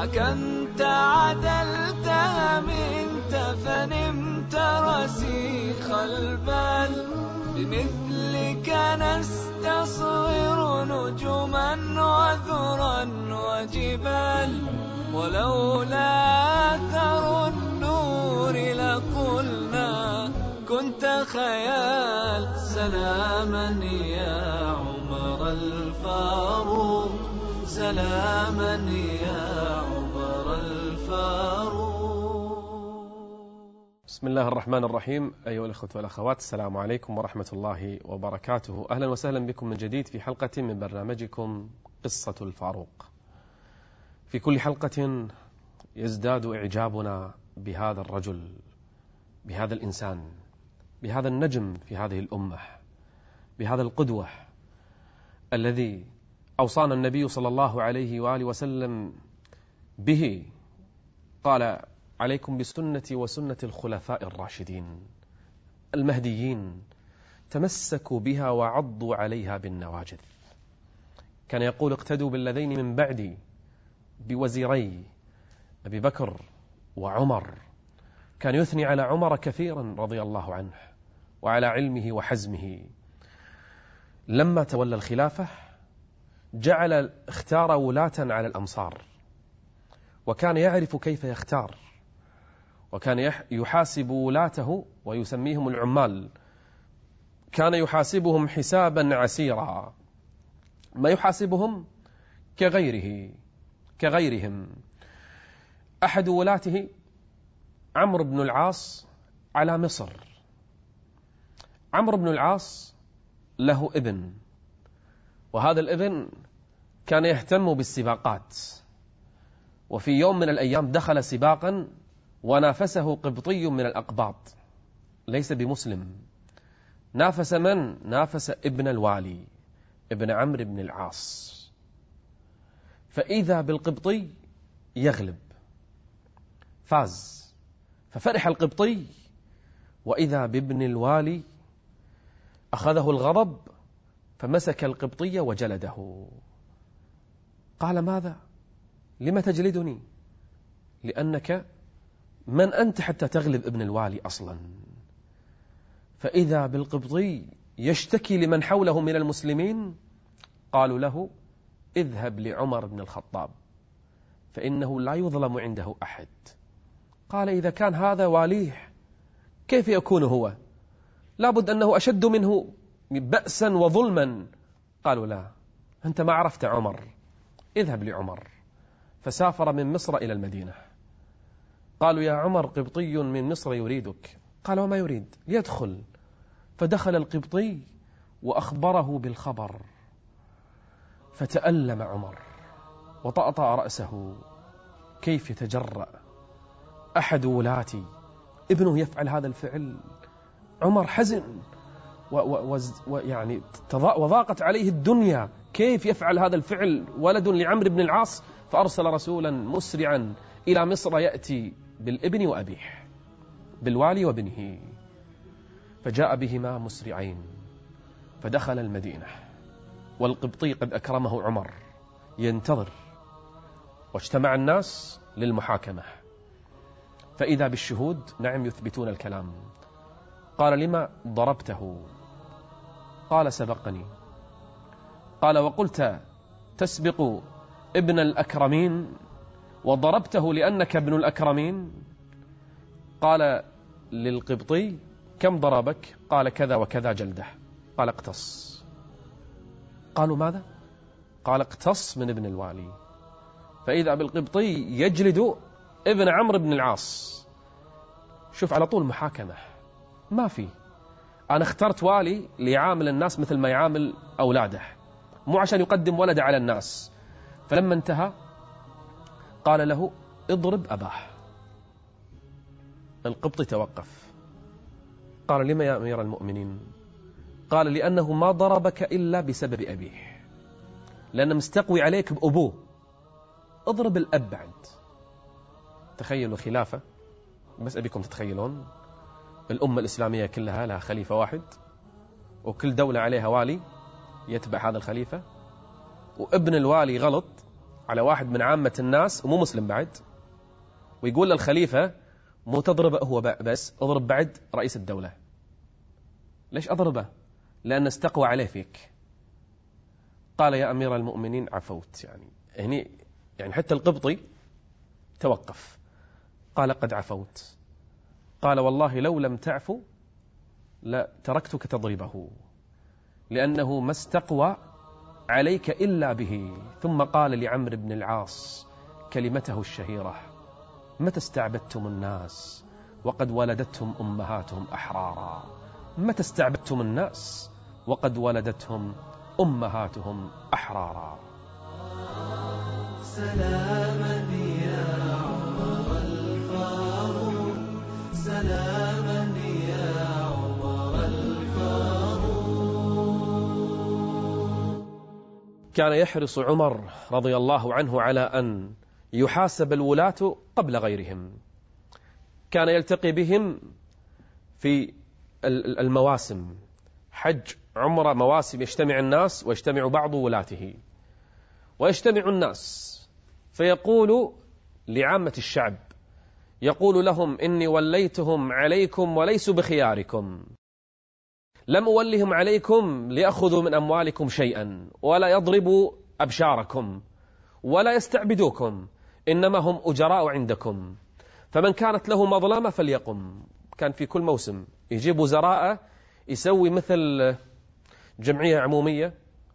حكمت عدلت أمنت فنمت رسيخ البال، بمثلك نستصغر نجما وذرا وجبال، ولولا أثر النور لقلنا كنت خيال. سلاما يا عمر الفاروق، سلاما يا عمر الفاروق. بسم الله الرحمن الرحيم. أيها الأخوة والأخوات، السلام عليكم ورحمة الله وبركاته. أهلا وسهلا بكم من جديد في حلقة من برنامجكم قصة الفاروق. في كل حلقة يزداد إعجابنا بهذا الرجل، بهذا الإنسان، بهذا النجم في هذه الأمة، بهذا القدوة الذي أوصانا النبي صلى الله عليه وآله وسلم به. قال: عليكم بسنتي وسنة الخلفاء الراشدين المهديين، تمسكوا بها وعضوا عليها بالنواجذ. كان يقول: اقتدوا بالذين من بعدي، بوزيري أبي بكر وعمر. كان يثني على عمر كثيرا رضي الله عنه وعلى علمه وحزمه. لما تولى الخلافة اختار ولاة على الأمصار، وكان يعرف كيف يختار، وكان يحاسب ولاته ويسميهم العمال. كان يحاسبهم حسابا عسيرا، ما يحاسبهم كغيرهم. أحد ولاته عمرو بن العاص على مصر. عمرو بن العاص له ابن، وهذا الابن كان يهتم بالسباقات. وفي يوم من الأيام دخل سباقا ونافسه قبطي من الأقباط، ليس بمسلم. نافس من؟ نافس ابن الوالي ابن عمرو بن العاص. فإذا بالقبطي يغلب، فاز، ففرح القبطي. وإذا بابن الوالي أخذه الغضب فمسك القبطي وجلده. قال: ماذا؟ لم تجلدني؟ لأنك من أنت حتى تغلب ابن الوالي أصلا؟ فإذا بالقبطي يشتكي لمن حوله من المسلمين. قالوا له: اذهب لعمر بن الخطاب فإنه لا يظلم عنده أحد. قال: إذا كان هذا واليه كيف يكون هو؟ لابد أنه أشد منه بأسا وظلما. قالوا: لا، أنت ما عرفت عمر، اذهب لعمر. فسافر من مصر إلى المدينة. قالوا: يا عمر، قبطي من مصر يريدك. قال: وما يريد؟ ليدخل. فدخل القبطي وأخبره بالخبر، فتألم عمر وطأطأ رأسه. كيف يتجرأ أحد ولاتي ابنه يفعل هذا الفعل؟ عمر حزن ويعني وضاقت عليه الدنيا. كيف يفعل هذا الفعل ولد لعمرو بن العاص؟ فأرسل رسولا مسرعا إلى مصر يأتي بالابن وأبيه، بالوالي وابنه. فجاء بهما مسرعين، فدخل المدينة والقبطي قد أكرمه عمر ينتظر. واجتمع الناس للمحاكمة، فإذا بالشهود نعم يثبتون الكلام. قال: لما ضربته؟ قال: سبقني. قال: وقلت تسبق ابن الأكرمين وضربته لأنك ابن الأكرمين؟ قال للقبطي: كم ضربك؟ قال: كذا وكذا جلده. قال: اقتص. قالوا: ماذا؟ قال: اقتص من ابن الوالي. فإذا بالقبطي يجلد ابن عمرو بن العاص. شوف، على طول محاكمة، ما في أنا اخترت والي ليعامل الناس مثل ما يعامل أولاده، مو عشان يقدم ولده على الناس. فلما انتهى قال له: اضرب أباه. القبطي توقف. قال: لما يا أمير المؤمنين؟ قال: لأنه ما ضربك إلا بسبب أبيه، لأنه مستقوي عليك بأبوه. اضرب الأب بعد. تخيلوا خلافة، بس أبيكم تتخيلون الأمة الإسلامية كلها لها خليفة واحد، وكل دولة عليها والي يتبع هذا الخليفة، وابن الوالي غلط على واحد من عامة الناس ومو مسلم بعد، ويقول للخليفة مو تضربه هو بس، اضرب بعد رئيس الدولة. ليش أضربه؟ لأن استقوى عليه فيك. قال يا أمير المؤمنين عفوت. يعني حتى القبطي توقف، قال قد عفوت. قال والله لو لم تعفو لا تركتك تضربه، لأنه ما استقوى عليك إلا به. ثم قال لعمرو بن العاص كلمته الشهيرة: متى استعبدتم الناس وقد ولدتهم أمهاتهم أحرارا؟ متى استعبدتم الناس وقد ولدتهم أمهاتهم أحرارا؟ سلاما يا عمر الفاروق، سلاما يا عمر الفاروق. كان يحرص عمر رضي الله عنه على أن يحاسب الولاة قبل غيرهم. كان يلتقي بهم في المواسم، حج، عمرة، مواسم، يجتمع الناس ويجتمع بعض ولاته، ويجتمع الناس فيقول لعامة الشعب، يقول لهم إني وليتهم عليكم وليسوا بخياركم، لم أولهم عليكم ليأخذوا من أموالكم شيئا ولا يضربوا أبشاركم ولا يستعبدوكم، إنما هم أجراء عندكم، فمن كانت له مظلمة فليقم. كان في كل موسم يجيب وزراء يسوي مثل جمعية عمومية،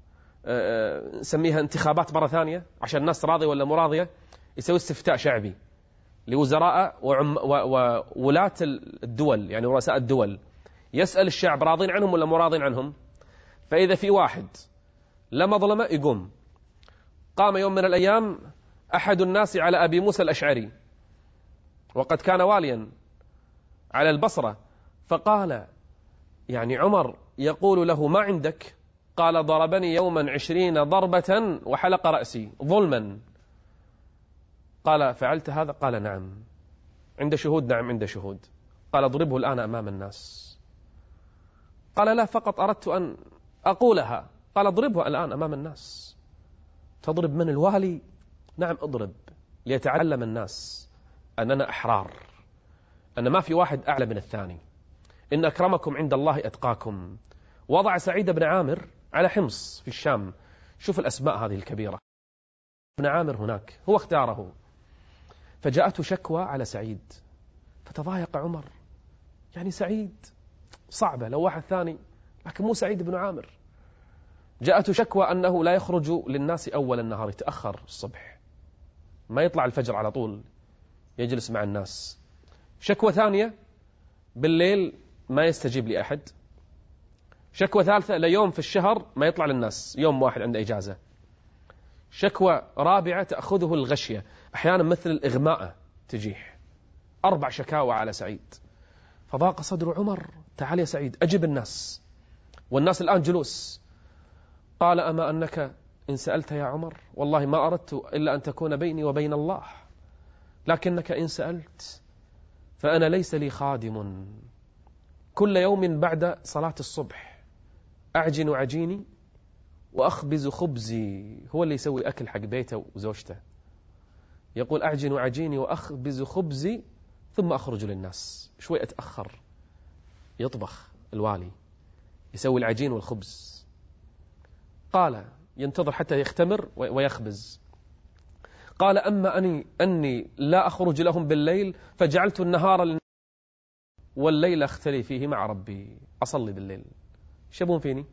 نسميها انتخابات مرة ثانية عشان الناس راضية ولا مراضية، يسوي استفتاء شعبي لوزراء وولاة الدول، يعني رؤساء الدول، يسأل الشعب راضين عنهم ولا مراضين عنهم. فإذا في واحد لا مظلمة يقوم. قام يوم من الأيام أحد الناس على أبي موسى الأشعري، وقد كان واليا على البصرة، فقال يعني عمر يقول له ما عندك؟ قال ضربني يوما 20 ضربة وحلق رأسي ظلما. قال فعلت هذا؟ قال نعم. عند شهود؟ نعم عند شهود. قال اضربه الآن أمام الناس. قال لا، فقط أردت أن أقولها. قال اضربه الآن أمام الناس. تضرب من الوالي؟ نعم اضرب، ليتعلم الناس أننا أحرار، أن ما في واحد أعلى من الثاني، إن أكرمكم عند الله أتقاكم. وضع سعيد بن عامر على حمص في الشام. شوف الأسماء هذه الكبيرة، ابن عامر هناك هو اختاره. فجاءته شكوى على سعيد فتضايق عمر، يعني سعيد صعبة لو واحد ثاني، لكن مو سعيد بن عامر. جاءته شكوى أنه لا يخرج للناس أول النهار، يتأخر الصبح، ما يطلع الفجر على طول، يجلس مع الناس. شكوى ثانية بالليل ما يستجيب لأحد. شكوى ثالثة ليوم في الشهر ما يطلع للناس، يوم واحد عنده إجازة. شكوى رابعة تأخذه الغشية، أحيانا مثل الإغماء تجيح. 4 شكاوى على سعيد. فضاق صدر عمر. تعال يا سعيد أجب الناس، والناس الآن جلوس. قال أما أنك إن سألت يا عمر والله ما أردت إلا أن تكون بيني وبين الله، لكنك إن سألت فأنا ليس لي خادم، كل يوم بعد صلاة الصبح أعجن عجيني وأخبز خبزي. هو اللي يسوي أكل حق بيته وزوجته. يقول أعجن عجيني وأخبز خبزي ثم أخرج للناس. شوي أتأخر، يطبخ الوالي، يسوي العجين والخبز. قال ينتظر حتى يختمر ويخبز. قال أما أني لا أخرج لهم بالليل، فجعلت النهار والليل أختلي فيه مع ربي، أصلي بالليل، شبون فيني؟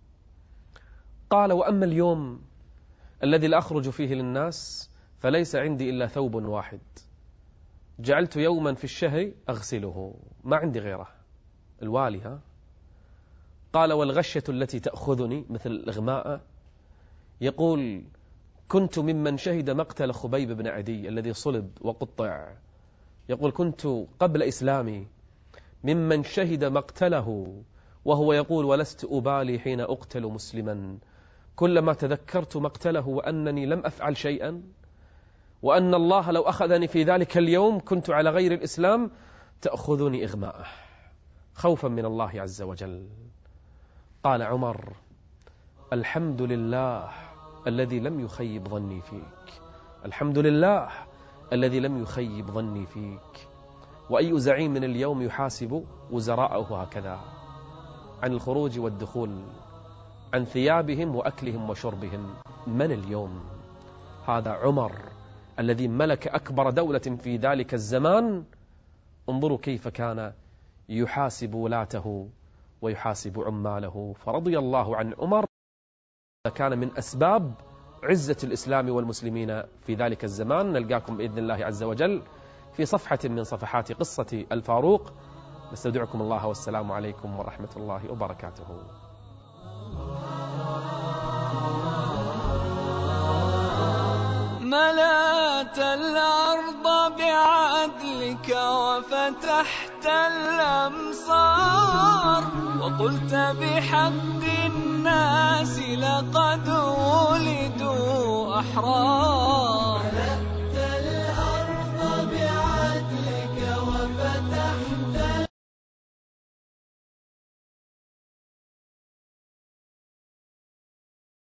قال وأما اليوم الذي لا أخرج فيه للناس فليس عندي إلا ثوب واحد، جعلت يوما في الشهر أغسله، ما عندي غيره. الوالي ها؟ قال والغشة التي تأخذني مثل الإغماء. يقول كنت ممن شهد مقتل خبيب بن عدي الذي صلب وقطع. يقول كنت قبل إسلامي ممن شهد مقتله، وهو يقول ولست أبالي حين أقتل مسلما، كلما تذكرت مقتله وأنني لم أفعل شيئا، وأن الله لو أخذني في ذلك اليوم كنت على غير الإسلام، تأخذني إغماءه خوفا من الله عز وجل. قال عمر الحمد لله الذي لم يخيب ظني فيك، الحمد لله الذي لم يخيب ظني فيك. وأي زعيم من اليوم يحاسب وزراءه هكذا عن الخروج والدخول، عن ثيابهم وأكلهم وشربهم؟ من اليوم؟ هذا عمر الذي ملك أكبر دولة في ذلك الزمان. انظروا كيف كان يحاسب ولاته ويحاسب عماله. فرضي الله عن عمر، كان من أسباب عزة الإسلام والمسلمين في ذلك الزمان. نلقاكم بإذن الله عز وجل في صفحة من صفحات قصة الفاروق. نستودعكم الله والسلام عليكم ورحمة الله وبركاته. ملأت الأرض بعدلك وفتحت الأمصار، وقلت بحق الناس لقد ولدوا أحرار.